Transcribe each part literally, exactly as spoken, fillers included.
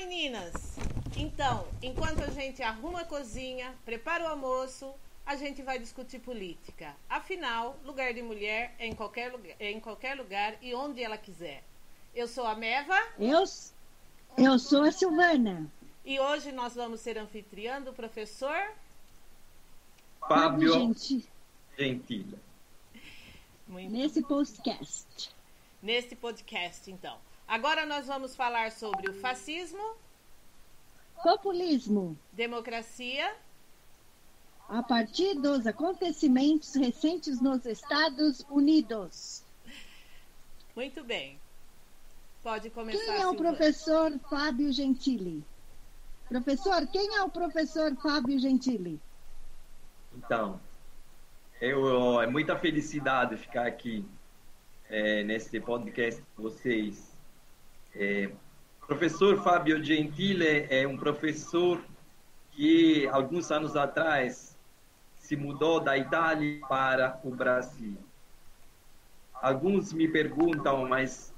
meninas! Então, enquanto a gente arruma a cozinha, prepara o almoço, a gente vai discutir política. Afinal, lugar de mulher é em qualquer lugar, é em qualquer lugar e onde ela quiser. Eu sou a Meva. Eu, eu sou a Silvana. E hoje nós vamos ser anfitriã do professor Fábio Gentili. Gentili. Muito Nesse podcast. Neste podcast, então. Agora nós vamos falar sobre o fascismo, Populismo, democracia, a partir dos acontecimentos recentes nos Estados Unidos. Muito bem. Pode começar. Quem é o Silvana. professor Fábio Gentili? Professor, quem é o professor Fábio Gentili? Então, eu, é muita felicidade ficar aqui é, nesse podcast com vocês. É, professor Fábio Gentili é um professor que, alguns anos atrás, se mudou da Itália para o Brasil. Alguns me perguntam, mas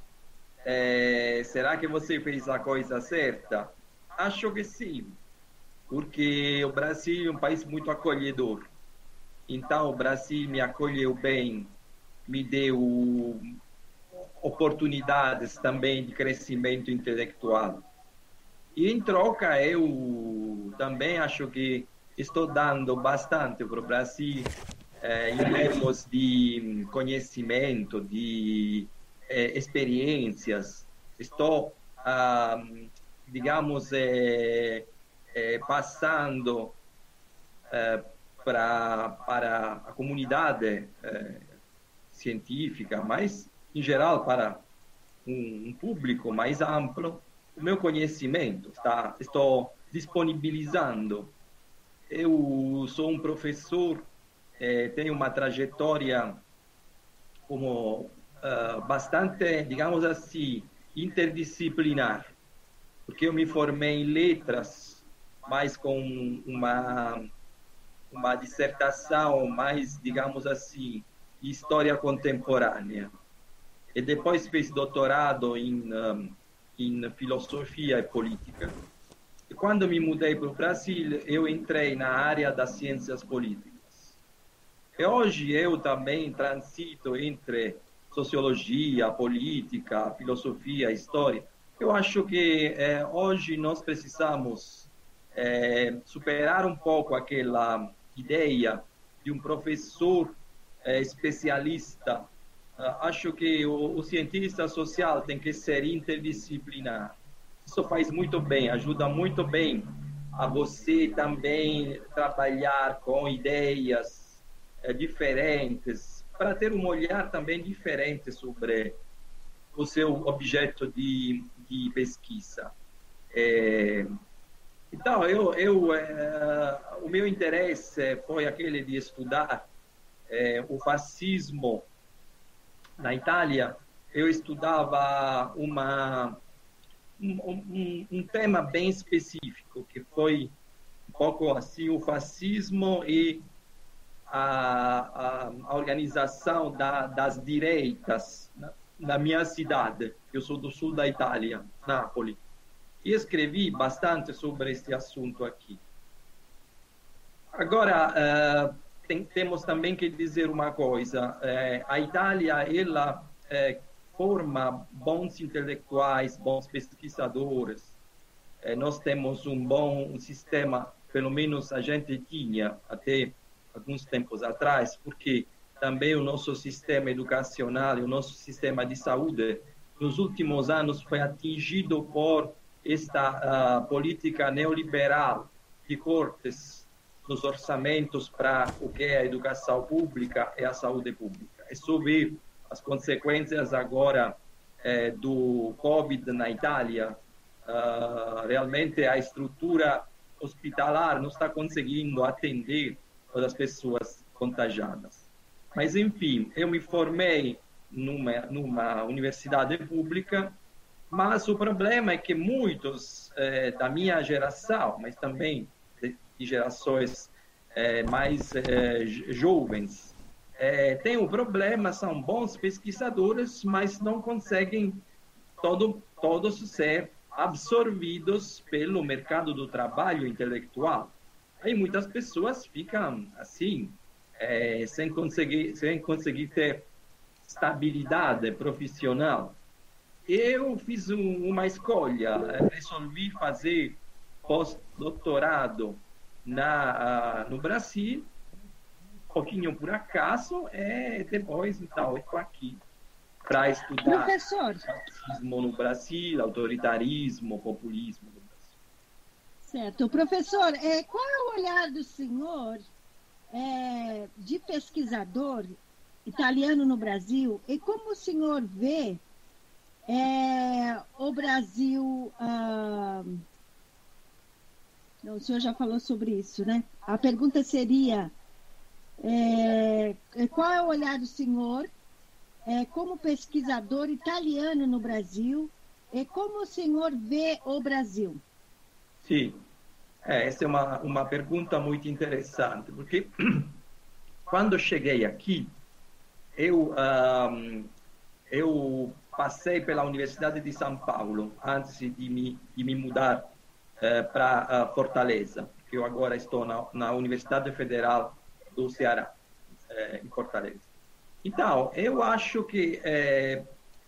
é, será que você fez a coisa certa? Acho que sim, porque o Brasil é um país muito acolhedor. Então, o Brasil me acolheu bem, me deu oportunidades também de crescimento intelectual. E, em troca, eu também acho que estou dando bastante para o Brasil eh, em termos de conhecimento, de eh, experiências. Estou, ah, digamos, eh, eh, passando eh, pra, para a comunidade eh, científica, mas, em geral, para um, um público mais amplo, o meu conhecimento. Tá? Estou disponibilizando. Eu sou um professor, eh, tenho uma trajetória como uh, bastante, digamos assim, interdisciplinar, porque eu me formei em letras, mas com uma, uma dissertação mais, digamos assim, de história contemporânea. E depois fiz doutorado em, um, em filosofia e política. E quando me mudei para o Brasil, eu entrei na área das ciências políticas. E hoje eu também transito entre sociologia, política, filosofia, história. Eu acho que eh, hoje nós precisamos eh, superar um pouco aquela ideia de um professor eh, especialista. Uh, acho que o, o cientista social tem que ser interdisciplinar. Isso faz muito bem, ajuda muito bem a você também trabalhar com ideias eh, diferentes, para ter um olhar também diferente sobre o seu objeto de, de pesquisa. É, então, eu, eu, é, o meu interesse foi aquele de estudar é, o fascismo na Itália. Eu estudava uma, um, um, um tema bem específico, que foi um pouco assim o fascismo e a, a, a organização da, das direitas na, na minha cidade. Eu sou do sul da Itália, Nápoles. E escrevi bastante sobre este assunto aqui. Agora, uh, tem, temos também que dizer uma coisa. Uh, a Itália, ela uh, forma bons intelectuais, bons pesquisadores. Uh, nós temos um bom sistema, pelo menos a gente tinha até alguns tempos atrás, porque também o nosso sistema educacional e o nosso sistema de saúde, nos últimos anos, foi atingido por esta uh, política neoliberal de cortes nos orçamentos para o que é a educação pública e a saúde pública. É só ver as consequências agora eh, do Covid na Itália. Uh, realmente a estrutura hospitalar não está conseguindo atender as pessoas contagiadas. Mas, enfim, eu me formei numa, numa universidade pública, mas o problema é que muitos eh, da minha geração, mas também de, de gerações eh, mais eh, jovens, eh, têm um problema, são bons pesquisadores, mas não conseguem todo, todos ser absorvidos pelo mercado do trabalho intelectual. Aí muitas pessoas ficam assim, é, sem conseguir, sem conseguir ter estabilidade profissional. Eu fiz um, uma escolha, resolvi fazer pós-doutorado na, uh, no Brasil, um pouquinho por acaso, e depois, então, estou aqui para estudar Professor. fascismo no Brasil, autoritarismo, populismo no Brasil. Certo. Professor, é, qual é o olhar do senhor é, de pesquisador italiano no Brasil e como o senhor vê é, o Brasil... Ah, não, o senhor já falou sobre isso, né? A pergunta seria, é, qual é o olhar do senhor é, como pesquisador italiano no Brasil e como o senhor vê o Brasil? Sim, é, essa é uma, uma pergunta muito interessante, porque quando cheguei aqui, eu, um, eu passei pela Universidade de São Paulo antes de me, de me mudar uh, para uh, Fortaleza, porque eu agora estou na, na Universidade Federal do Ceará, uh, em Fortaleza. Então, eu acho que uh,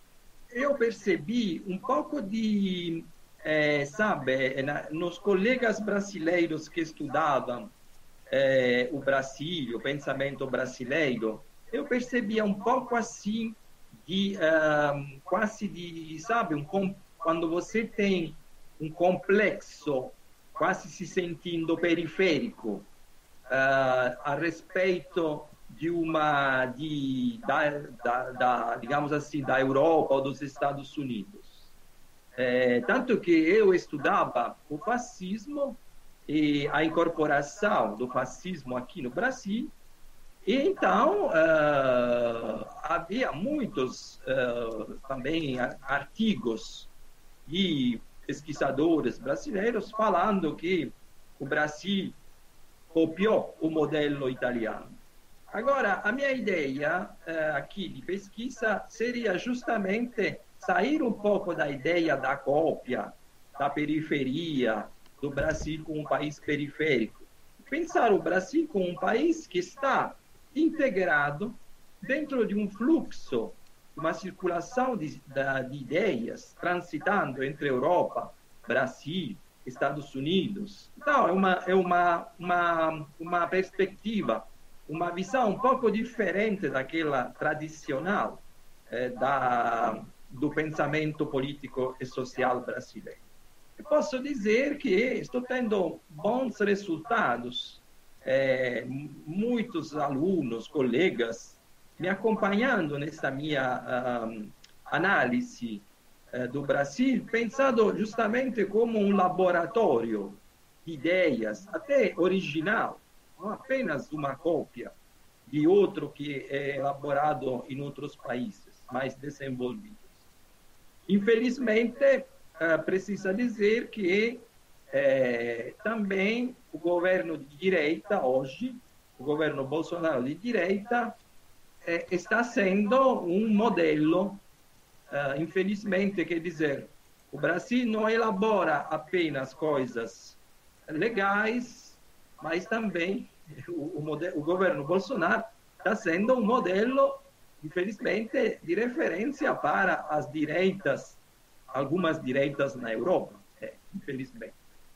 eu percebi um pouco de... É, sabe, na, nos colegas brasileiros que estudavam é, o Brasil, o pensamento brasileiro, eu percebia um pouco assim, de, um, quase de, sabe, um, quando você tem um complexo, quase se sentindo periférico, uh, a respeito de uma, de, da, da, da, digamos assim, da Europa ou dos Estados Unidos. É, tanto que eu estudava o fascismo e a incorporação do fascismo aqui no Brasil, e então uh, havia muitos uh, também artigos de pesquisadores brasileiros falando que o Brasil copiou o modelo italiano. Agora, a minha ideia uh, aqui de pesquisa seria justamente sair um pouco da ideia da cópia, da periferia, do Brasil como um país periférico. Pensar o Brasil como um país que está integrado dentro de um fluxo, uma circulação de, de ideias, transitando entre Europa, Brasil, Estados Unidos. Então, é uma, é uma, uma, uma perspectiva, uma visão um pouco diferente daquela tradicional eh, da... do pensamento político e social brasileiro. Eu posso dizer que estou tendo bons resultados, é, muitos alunos, colegas, me acompanhando nessa minha um, análise uh, do Brasil, pensando justamente como um laboratório de ideias, até original, não apenas uma cópia de outro que é elaborado em outros países mais desenvolvidos. Infelizmente, precisa dizer que é, também o governo de direita hoje, o governo Bolsonaro de direita, é, está sendo um modelo, uh, infelizmente, quer dizer, o Brasil não elabora apenas coisas legais, mas também o, o, modelo, o governo Bolsonaro está sendo um modelo, infelizmente, de referência para as direitas, algumas direitas na Europa, é, infelizmente.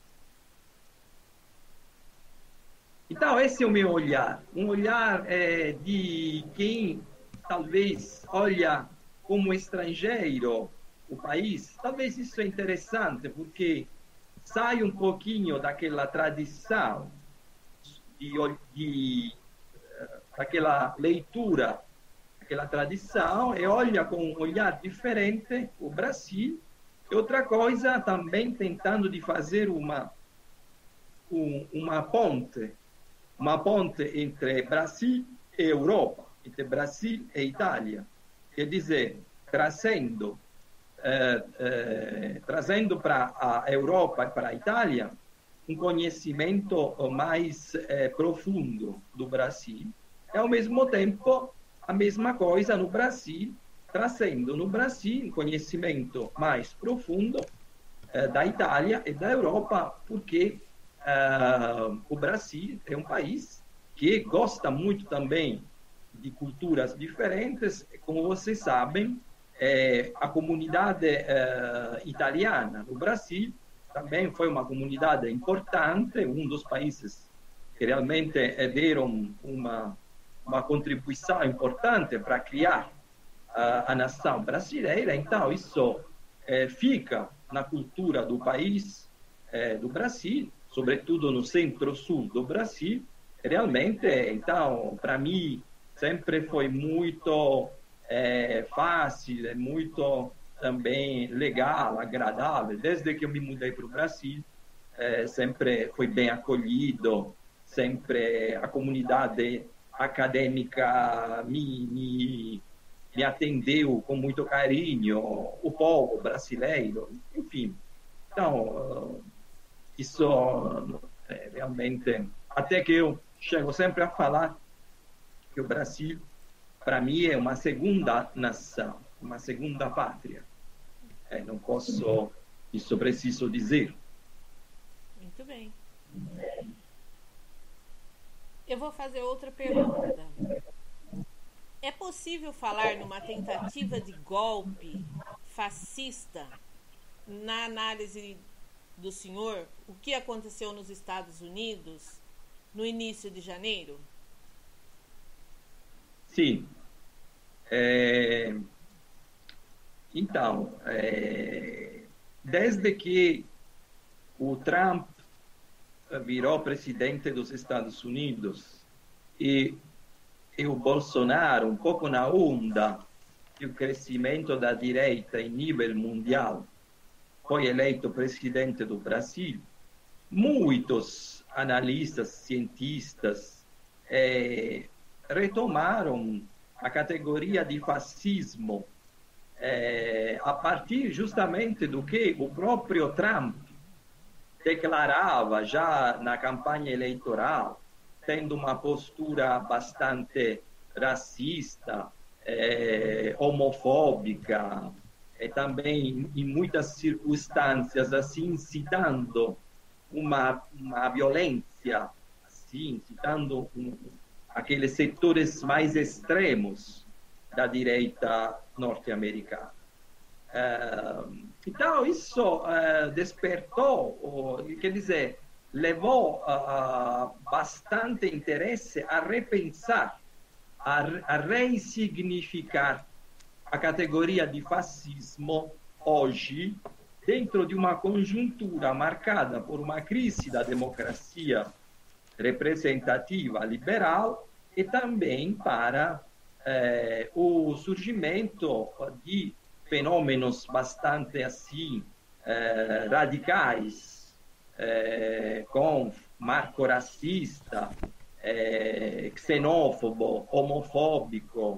Então, esse é o meu olhar, um olhar é, de quem talvez olha como estrangeiro o país. Talvez isso é interessante, porque sai um pouquinho daquela tradição, de, de, daquela leitura, aquela tradição, e olha com um olhar diferente o Brasil. E outra coisa, também tentando de fazer uma, um, uma ponte, uma ponte entre Brasil e Europa, entre Brasil e Itália. Quer dizer, trazendo, eh, eh, trazendo para a Europa e para a Itália um conhecimento mais eh, profundo do Brasil. E, ao mesmo tempo, a mesma coisa no Brasil, trazendo no Brasil um conhecimento mais profundo uh, da Itália e da Europa, porque uh, o Brasil é um país que gosta muito também de culturas diferentes. Como vocês sabem, é, a comunidade uh, italiana no Brasil também foi uma comunidade importante, um dos países que realmente deram uma, uma contribuição importante para criar a, a nação brasileira. Então, isso é, fica na cultura do país, é, do Brasil, sobretudo no centro-sul do Brasil. Realmente, então, para mim, sempre foi muito é, fácil, é muito também legal, agradável. Desde que eu me mudei para o Brasil, é, sempre foi bem acolhido, sempre a comunidade acadêmica me, me, me atendeu com muito carinho, o povo brasileiro, enfim. Então, isso é, realmente... Até que eu chego sempre a falar que o Brasil, para mim, é uma segunda nação, uma segunda pátria. É, não posso, isso preciso dizer. Muito bem. Eu vou fazer outra pergunta. É possível falar numa tentativa de golpe fascista na análise do senhor, o que aconteceu nos Estados Unidos no início de janeiro? Sim. É... Então, é... desde que o Trump virou presidente dos Estados Unidos e, e o Bolsonaro, um pouco na onda do crescimento da direita em nível mundial, foi eleito presidente do Brasil, muitos analistas, cientistas, eh, retomaram a categoria de fascismo eh, a partir justamente do que o próprio Trump declarava já na campanha eleitoral, tendo uma postura bastante racista, eh, homofóbica, e também em muitas circunstâncias assim incitando uma, uma violência, assim, incitando um, aqueles setores mais extremos da direita norte-americana. Uh, então isso uh, despertou, uh, quer dizer, levou uh, bastante interesse a repensar, a, a ressignificar a categoria de fascismo hoje, dentro de uma conjuntura marcada por uma crise da democracia representativa liberal e também para eh, o surgimento de fenômenos bastante assim eh, radicais, eh, com marco racista, eh, xenófobo, homofóbico,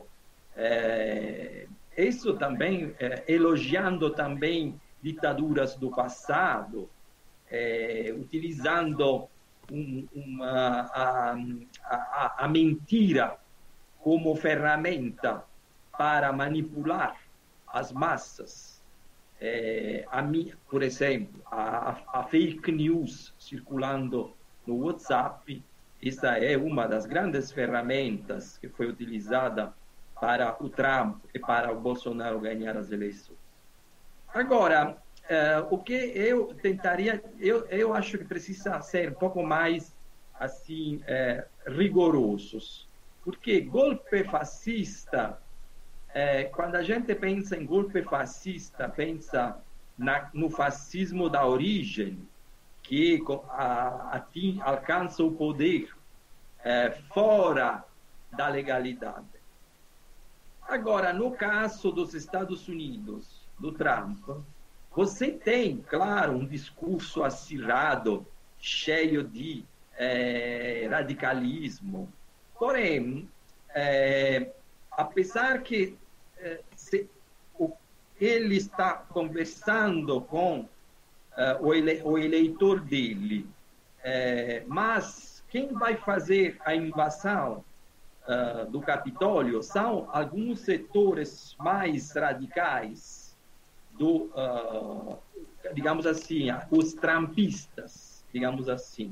eh, isso também eh, elogiando também ditaduras do passado, eh, utilizando um, uma, a, a, a mentira como ferramenta para manipular as massas. Eh, a, por exemplo, a, a fake news circulando no WhatsApp, essa é uma das grandes ferramentas que foi utilizada para o Trump e para o Bolsonaro ganhar as eleições. Agora, uh, o que eu tentaria, eu, eu acho que precisa ser um pouco mais assim uh, rigorosos, porque golpe fascista, uh, quando a gente pensa em golpe fascista, pensa na, no fascismo da origem, que a, a, alcança o poder uh, fora da legalidade. Agora, no caso dos Estados Unidos, do Trump, você tem, claro, um discurso acirrado, cheio de eh, radicalismo. Porém, eh, apesar que eh, se, o, ele está conversando com eh, o, ele, o eleitor dele, eh, mas quem vai fazer a invasão Uh, do Capitólio são alguns setores mais radicais do, uh, digamos assim, os trumpistas, digamos assim.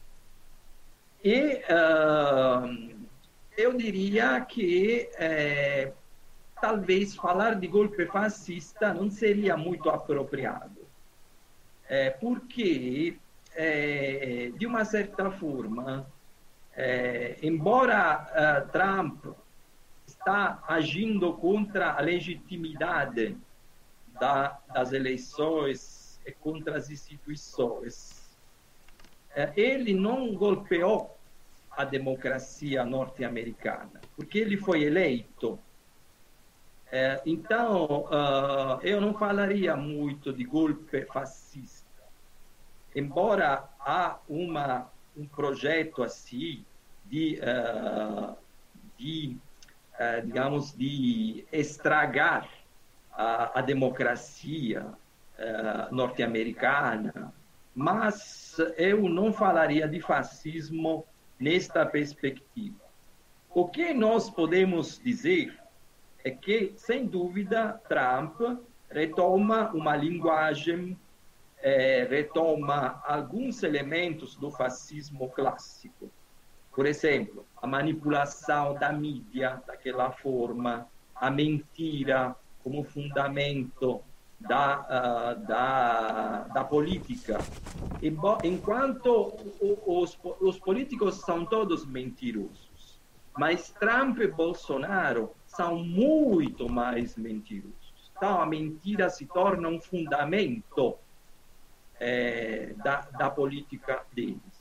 E uh, eu diria que eh, talvez falar de golpe fascista não seria muito apropriado, eh, porque, eh, de uma certa forma, eh, embora uh, Trump está agindo contra a legitimidade da, das eleições e contra as instituições, eh, ele não golpeou a democracia norte-americana, porque ele foi eleito. Eh, então, uh, eu não falaria muito de golpe fascista, embora há uma, um projeto assim de, uh, de uh, digamos, de estragar a, a democracia uh, norte-americana, mas eu não falaria de fascismo nesta perspectiva. O que nós podemos dizer é que, sem dúvida, Trump retoma uma linguagem, eh, retoma alguns elementos do fascismo clássico. Por exemplo, a manipulação da mídia daquela forma, a mentira como fundamento da, uh, da, da política. Enquanto os, os políticos são todos mentirosos, mas Trump e Bolsonaro são muito mais mentirosos. Então, a mentira se torna um fundamento é, da, da política deles.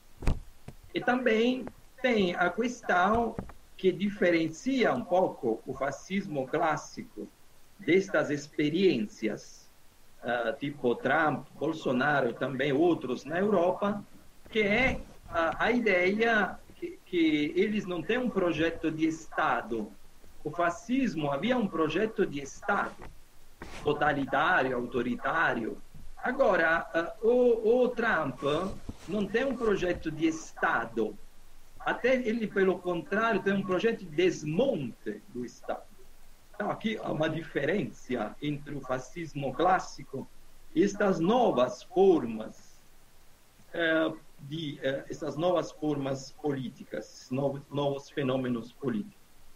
E também tem a questão que diferencia um pouco o fascismo clássico destas experiências, uh, tipo Trump, Bolsonaro e também outros na Europa, que é a, a ideia que, que eles não têm um projeto de Estado. O fascismo havia um projeto de Estado, totalitário, autoritário. Agora, uh, o, o Trump não tem um projeto de Estado. Até ele, pelo contrário, tem um projeto de desmonte do Estado. Então, aqui há uma diferença entre o fascismo clássico e estas novas formas, eh, de, eh, essas novas formas políticas, novos, novos fenômenos políticos.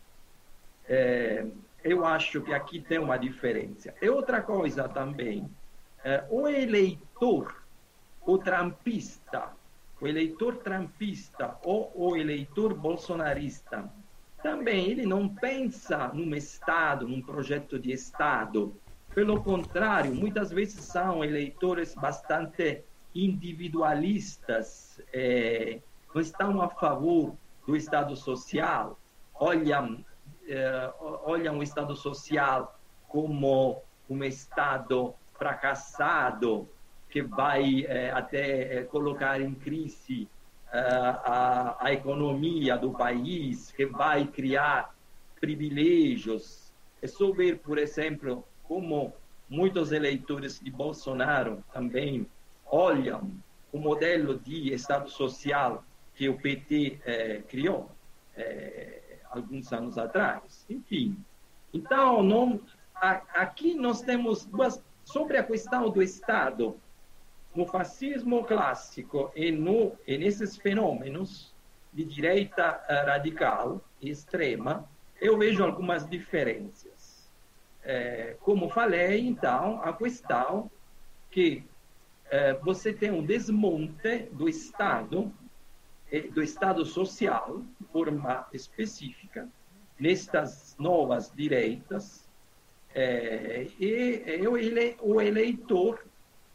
É, eu acho que aqui tem uma diferença. E outra coisa também, é, o eleitor, o trumpista, o eleitor trumpista ou o eleitor bolsonarista, também ele não pensa num Estado, num projeto de Estado. Pelo contrário, muitas vezes são eleitores bastante individualistas, é, não estão a favor do Estado social, olham Uh, olham o Estado social como um Estado fracassado, que vai uh, até uh, colocar em crise uh, a, a economia do país, que vai criar privilégios. É só ver, por exemplo, como muitos eleitores de Bolsonaro também olham o modelo de Estado social que o P T uh, criou. Uh, alguns anos atrás, enfim. Então, não, a, aqui nós temos duas, sobre a questão do Estado, no fascismo clássico e, no, e nesses fenômenos de direita uh, radical e extrema, eu vejo algumas diferenças. É, como falei, então, a questão que é, você tem um desmonte do Estado, do Estado social, de forma específica, nestas novas direitas, é, e, e o, ele, o eleitor,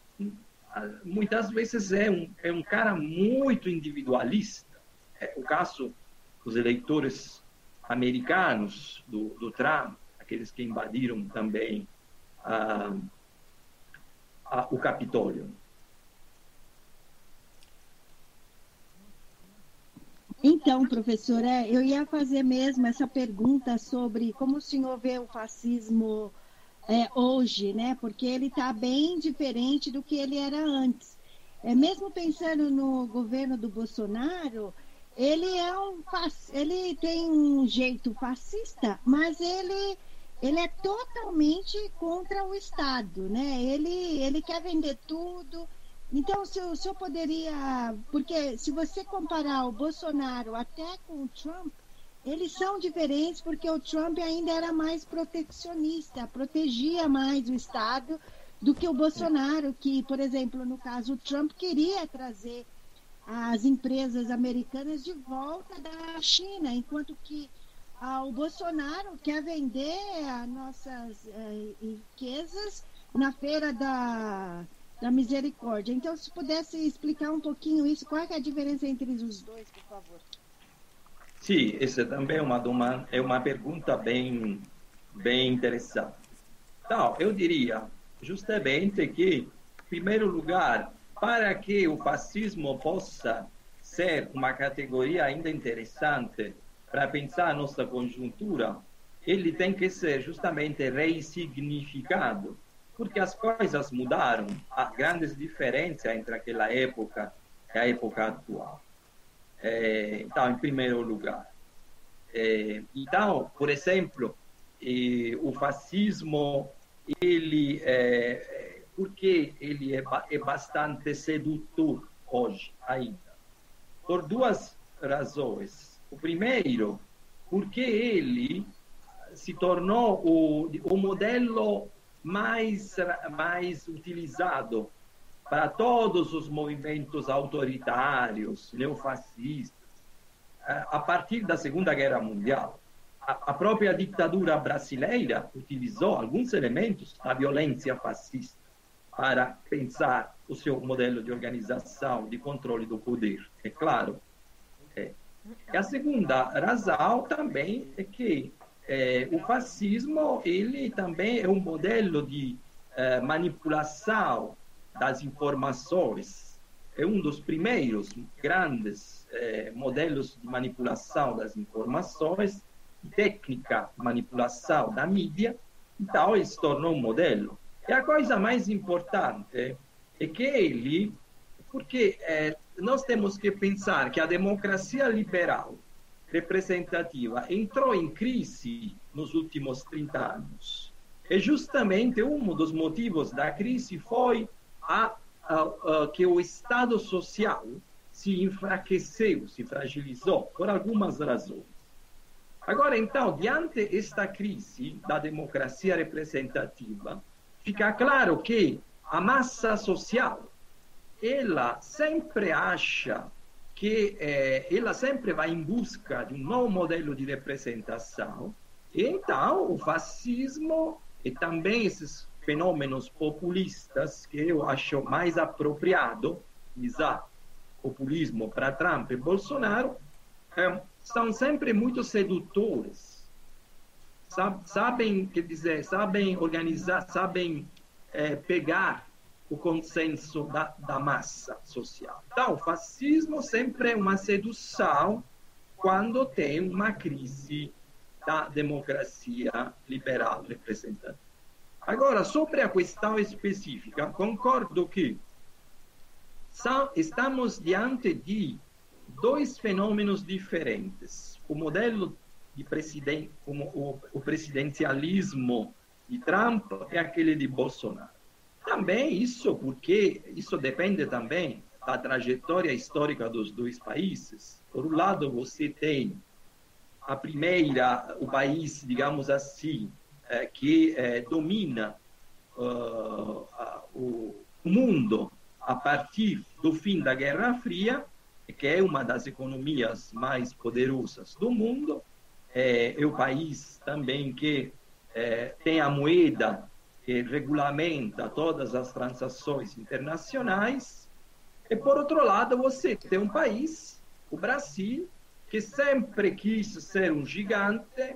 muitas vezes, é um, é um cara muito individualista. É o caso dos eleitores americanos, do, do Trump, aqueles que invadiram também ah, ah, o Capitólio. Então, professora, eu ia fazer mesmo essa pergunta sobre como o senhor vê o fascismo é, hoje, né? Porque ele está bem diferente do que ele era antes. É, mesmo pensando no governo do Bolsonaro, ele é um ele tem um jeito fascista, mas ele ele é totalmente contra o Estado, né? Ele, ele quer vender tudo. Então, se o senhor poderia... Porque se você comparar o Bolsonaro até com o Trump, eles são diferentes porque o Trump ainda era mais protecionista, protegia mais o Estado do que o Bolsonaro, que, por exemplo, no caso, o Trump queria trazer as empresas americanas de volta da China, enquanto que ah, o Bolsonaro quer vender as nossas eh, riquezas na feira da, da misericórdia. Então, se pudesse explicar um pouquinho isso, qual é a diferença entre os dois, por favor? Sim, essa também é uma, é uma pergunta bem, bem interessante. Então, eu diria justamente que, em primeiro lugar, para que o fascismo possa ser uma categoria ainda interessante para pensar a nossa conjuntura, ele tem que ser justamente ressignificado, porque as coisas mudaram, há grandes diferenças entre aquela época e a época atual. É, então, em primeiro lugar. É, então, por exemplo, é, o fascismo, ele, é, porque ele é, é bastante sedutor hoje ainda? Por duas razões. O primeiro, porque ele se tornou o, o modelo mais, mais utilizado para todos os movimentos autoritários, neofascistas, a partir da Segunda Guerra Mundial. A própria ditadura brasileira utilizou alguns elementos da violência fascista para pensar o seu modelo de organização, de controle do poder, é claro. É. E a segunda razão também é que é, o fascismo ele também é um modelo de é, manipulação das informações, é um dos primeiros grandes eh, modelos de manipulação das informações, técnica de manipulação da mídia, então ele se tornou um modelo. E a coisa mais importante é que ele, porque eh, nós temos que pensar que a democracia liberal representativa entrou em crise nos últimos trinta anos. E justamente um dos motivos da crise foi A, a, a, que o Estado social se enfraqueceu, se fragilizou, por algumas razões. Agora, então, diante desta crise da democracia representativa, fica claro que a massa social, ela sempre acha que eh, ela sempre vai em busca de um novo modelo de representação, e então o fascismo e também esses fenômenos populistas, que eu acho mais apropriado usar populismo para Trump e Bolsonaro, é, são sempre muito sedutores. Sab, sabem, quer dizer, sabem organizar, sabem é, pegar o consenso da, da massa social. Então, o fascismo sempre é uma sedução quando tem uma crise da democracia liberal representativa. Agora, sobre a questão específica, concordo que são, estamos diante de dois fenômenos diferentes. O modelo de presidente, como o, o presidencialismo de Trump e aquele de Bolsonaro. Também isso, porque isso depende também da trajetória histórica dos dois países. Por um lado, você tem a primeira, o país, digamos assim, que eh, domina uh, a, o mundo a partir do fim da Guerra Fria, que é uma das economias mais poderosas do mundo, é, é o país também que é, tem a moeda que regulamenta todas as transações internacionais, e por outro lado você tem um país, o Brasil, que sempre quis ser um gigante,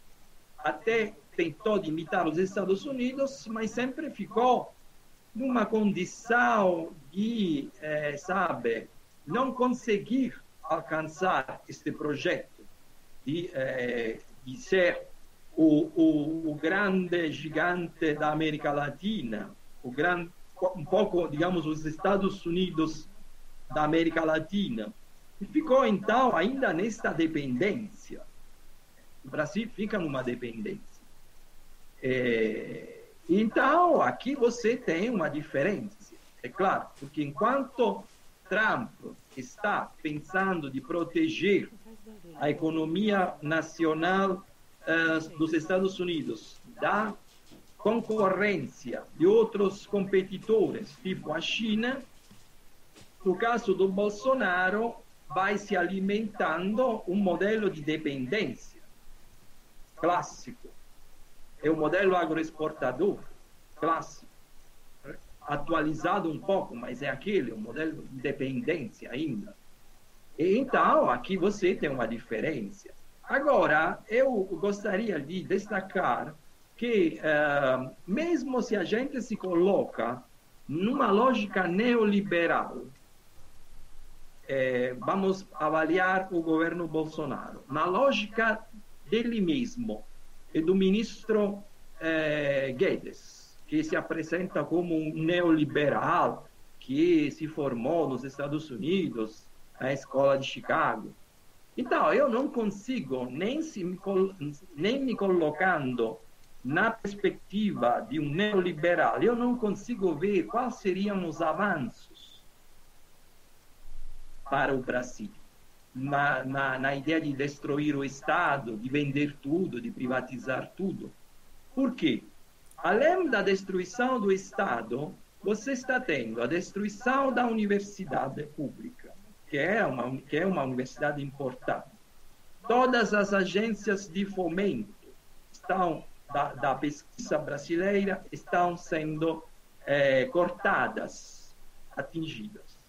até tentou imitar os Estados Unidos, mas sempre ficou numa condição de, eh, sabe, não conseguir alcançar este projeto de, eh, de ser o, o, o grande gigante da América Latina, o grande, um pouco, digamos, os Estados Unidos da América Latina. E ficou, então, ainda nesta dependência. O Brasil fica numa dependência. É, então, aqui você tem uma diferença, é claro, porque enquanto Trump está pensando de proteger a economia nacional uh, dos Estados Unidos da concorrência de outros competidores, tipo a China, no caso do Bolsonaro, vai se alimentando um modelo de dependência clássico. É o modelo agroexportador clássico, atualizado um pouco, mas é aquele, um modelo de dependência ainda. E, então, aqui você tem uma diferença. Agora, eu gostaria de destacar que, uh, mesmo se a gente se coloca numa lógica neoliberal, eh, vamos avaliar o governo Bolsonaro, na lógica dele mesmo e do ministro eh, Guedes, que se apresenta como um neoliberal que se formou nos Estados Unidos, na escola de Chicago. Então, eu não consigo, nem, se me, nem me colocando na perspectiva de um neoliberal, eu não consigo ver quais seriam os avanços para o Brasil. Na, na, na ideia de destruir o Estado, de vender tudo, de privatizar tudo. Por quê? Além da destruição do Estado, você está tendo a destruição da universidade pública, que é uma, que é uma universidade importante. Todas as agências de fomento estão, da, da pesquisa brasileira estão sendo é, cortadas, atingidas.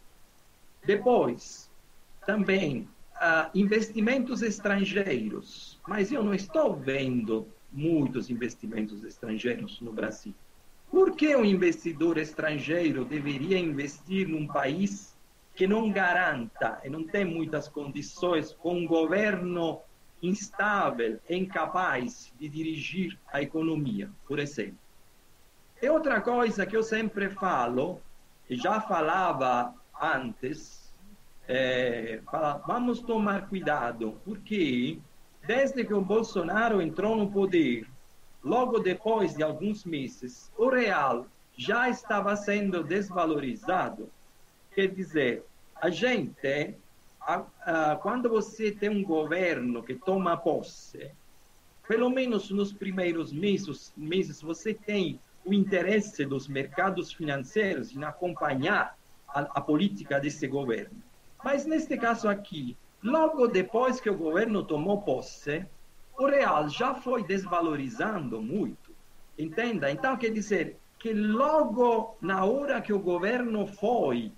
Depois, também, uh, investimentos estrangeiros. Mas eu não estou vendo muitos investimentos estrangeiros no Brasil. Por que um investidor estrangeiro deveria investir num país que não garanta e não tem muitas condições, com um governo instável, incapaz de dirigir a economia, por exemplo? E outra coisa que eu sempre falo, e já falava antes, é, fala, vamos tomar cuidado, porque desde que o Bolsonaro entrou no poder, logo depois de alguns meses, o real já estava sendo desvalorizado. Quer dizer, a gente, a, a, quando você tem um governo que toma posse, pelo menos nos primeiros meses, meses você tem o interesse dos mercados financeiros em acompanhar a, a política desse governo. Mas neste caso aqui, logo depois que o governo tomou posse, o real já foi desvalorizando muito. Entenda? Então, quer dizer que logo na hora que o governo foi,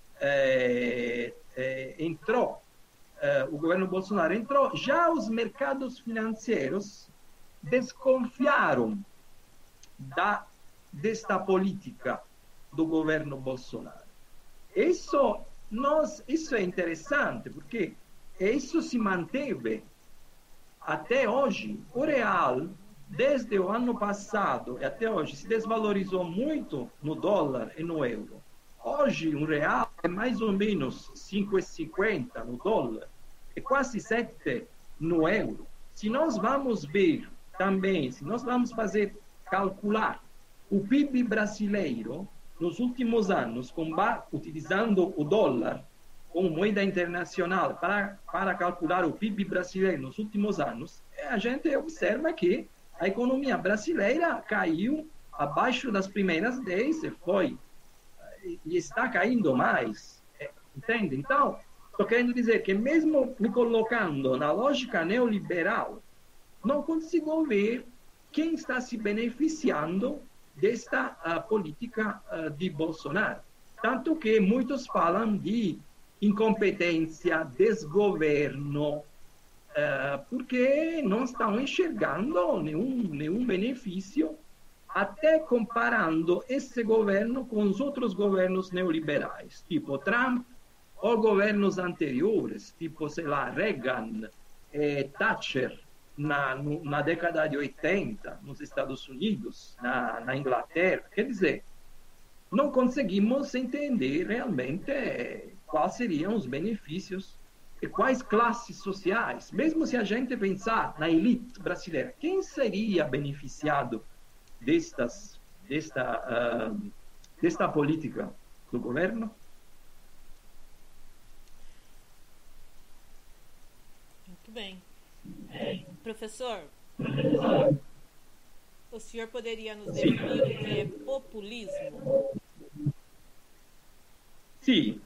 é, é, entrou, é, o governo Bolsonaro entrou, já os mercados financeiros desconfiaram da, desta política do governo Bolsonaro. Isso, nós, isso é interessante, porque isso se manteve até hoje. O real, desde o ano passado e até hoje, se desvalorizou muito no dólar e no euro. Hoje, um real é mais ou menos cinco e cinquenta no dólar e quase sete no euro. Se nós vamos ver também, se nós vamos fazer calcular o P I B brasileiro nos últimos anos, com, utilizando o dólar como moeda internacional para, para calcular o P I B brasileiro nos últimos anos, a gente observa que a economia brasileira caiu abaixo das primeiras dez e foi e está caindo mais, entende? Então, estou querendo dizer que mesmo me colocando na lógica neoliberal, não consigo ver quem está se beneficiando desta uh, política uh, de Bolsonaro. Tanto que muitos falam de incompetência, desgoverno, uh, porque não estão enxergando nenhum, nenhum benefício, até comparando esse governo com os outros governos neoliberais, tipo Trump, ou governos anteriores, tipo, sei lá, Reagan, eh, Thatcher, na, no, na década de oitenta, nos Estados Unidos, na, na Inglaterra. Quer dizer, não conseguimos entender realmente eh, quais seriam os benefícios e quais classes sociais, mesmo se a gente pensar na elite brasileira, quem seria beneficiado destas, desta, uh, desta política do governo? Muito bem. Professor, o senhor poderia nos definir o que é populismo? Sim.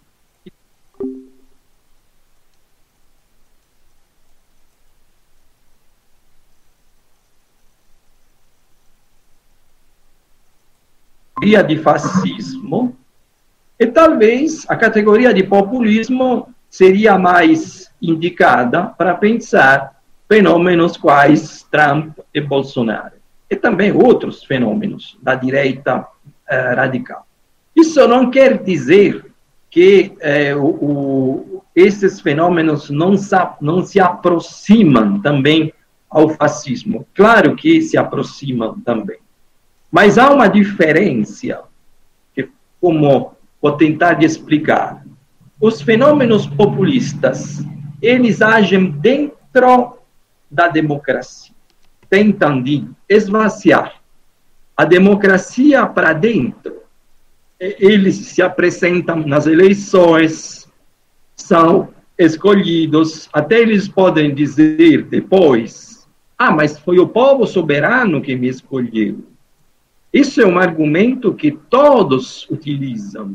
De fascismo, e talvez a categoria de populismo seria mais indicada para pensar fenômenos quais Trump e Bolsonaro, e também outros fenômenos da direita eh, radical. Isso não quer dizer que eh, o, o, esses fenômenos não se, não se aproximam também ao fascismo. Claro que se aproximam também. Mas há uma diferença, que, como vou tentar explicar. Os fenômenos populistas, eles agem dentro da democracia. Tentam de esvaziar a democracia para dentro. Eles se apresentam nas eleições, são escolhidos, até eles podem dizer depois, ah, mas foi o povo soberano que me escolheu. Isso é um argumento que todos utilizam,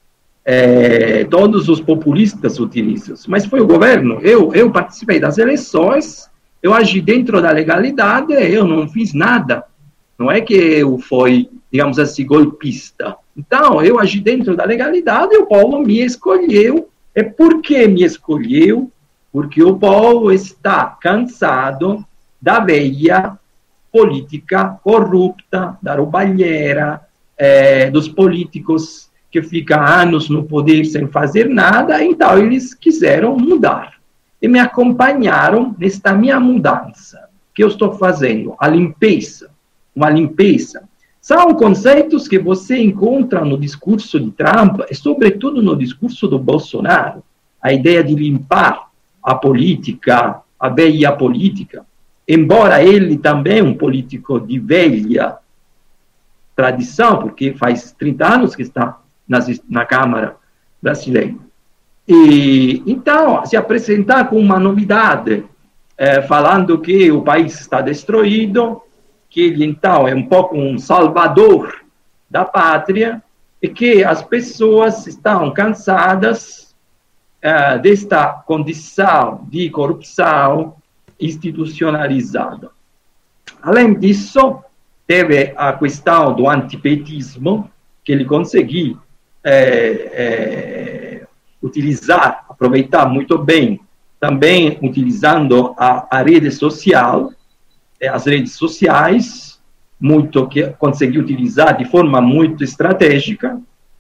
é, todos os populistas utilizam, mas foi o governo. Eu, eu participei das eleições, eu agi dentro da legalidade, eu não fiz nada. Não é que eu fui, digamos assim, golpista. Então, eu agi dentro da legalidade e o povo me escolheu. E por que me escolheu? Porque o povo está cansado da velha política corrupta, da roubalheira, é, dos políticos que ficam anos no poder sem fazer nada, então eles quiseram mudar. E me acompanharam nesta minha mudança, que eu estou fazendo, a limpeza, uma limpeza. São conceitos que você encontra no discurso de Trump e, sobretudo, no discurso do Bolsonaro. A ideia de limpar a política, a velha política. Embora ele também é um político de velha tradição, porque faz trinta anos que está nas, na Câmara brasileira. E, então, se apresentar com uma novidade, eh, falando que o país está destruído, que ele, então, é um pouco um salvador da pátria, e que as pessoas estão cansadas eh, desta condição de corrupção institucionalizada. Além disso, teve a questão do antipetismo, que ele conseguiu é, é, utilizar, aproveitar muito bem, também utilizando a, a rede social, as redes sociais, muito que conseguiu utilizar de forma muito estratégica,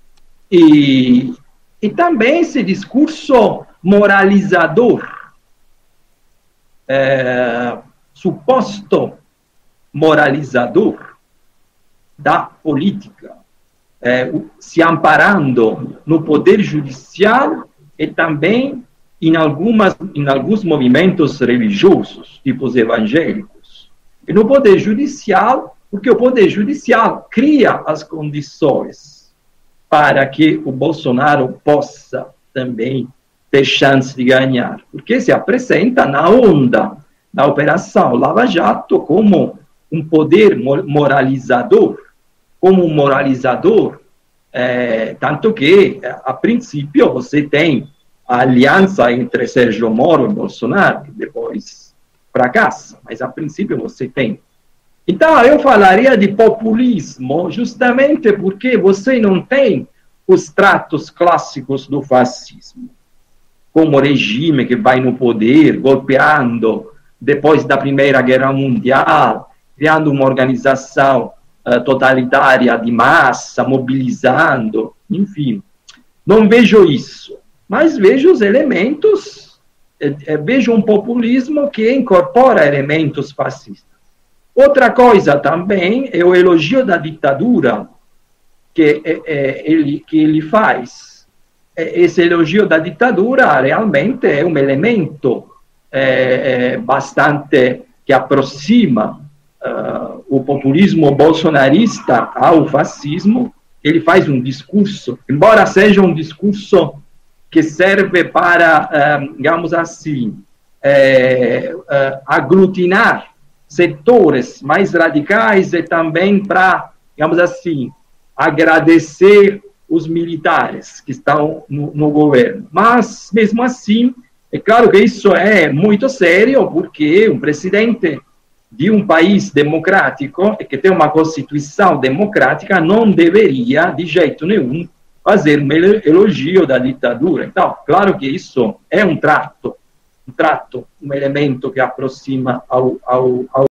e, e também esse discurso moralizador, É, suposto moralizador da política, é, se amparando no poder judicial e também em, algumas, em alguns movimentos religiosos, tipo os evangélicos. E no poder judicial, porque o poder judicial cria as condições para que o Bolsonaro possa também ter chance de ganhar, porque se apresenta na onda da Operação Lava Jato como um poder moralizador, como um moralizador, é, tanto que, a princípio, você tem a aliança entre Sérgio Moro e Bolsonaro, que depois fracassa, mas a princípio você tem. Então, eu falaria de populismo justamente porque você não tem os tratos clássicos do fascismo, como regime que vai no poder, golpeando depois da Primeira Guerra Mundial, criando uma organização uh, totalitária de massa, mobilizando, enfim. Não vejo isso, mas vejo os elementos, eh, eh, vejo um populismo que incorpora elementos fascistas. Outra coisa também é o elogio da ditadura que, eh, eh, ele, que ele faz. esse elogio da ditadura realmente é um elemento é, é, bastante que aproxima uh, o populismo bolsonarista ao fascismo. Ele faz um discurso, embora seja um discurso que serve para, uh, digamos assim, é, uh, aglutinar setores mais radicais e também para, digamos assim, agradecer os militares que estão no, no governo. Mas, mesmo assim, é claro que isso é muito sério, porque um presidente de um país democrático, que tem uma constituição democrática, não deveria, de jeito nenhum, fazer um elogio da ditadura. Então, claro que isso é um trato, um trato, um elemento que aproxima ao, ao, ao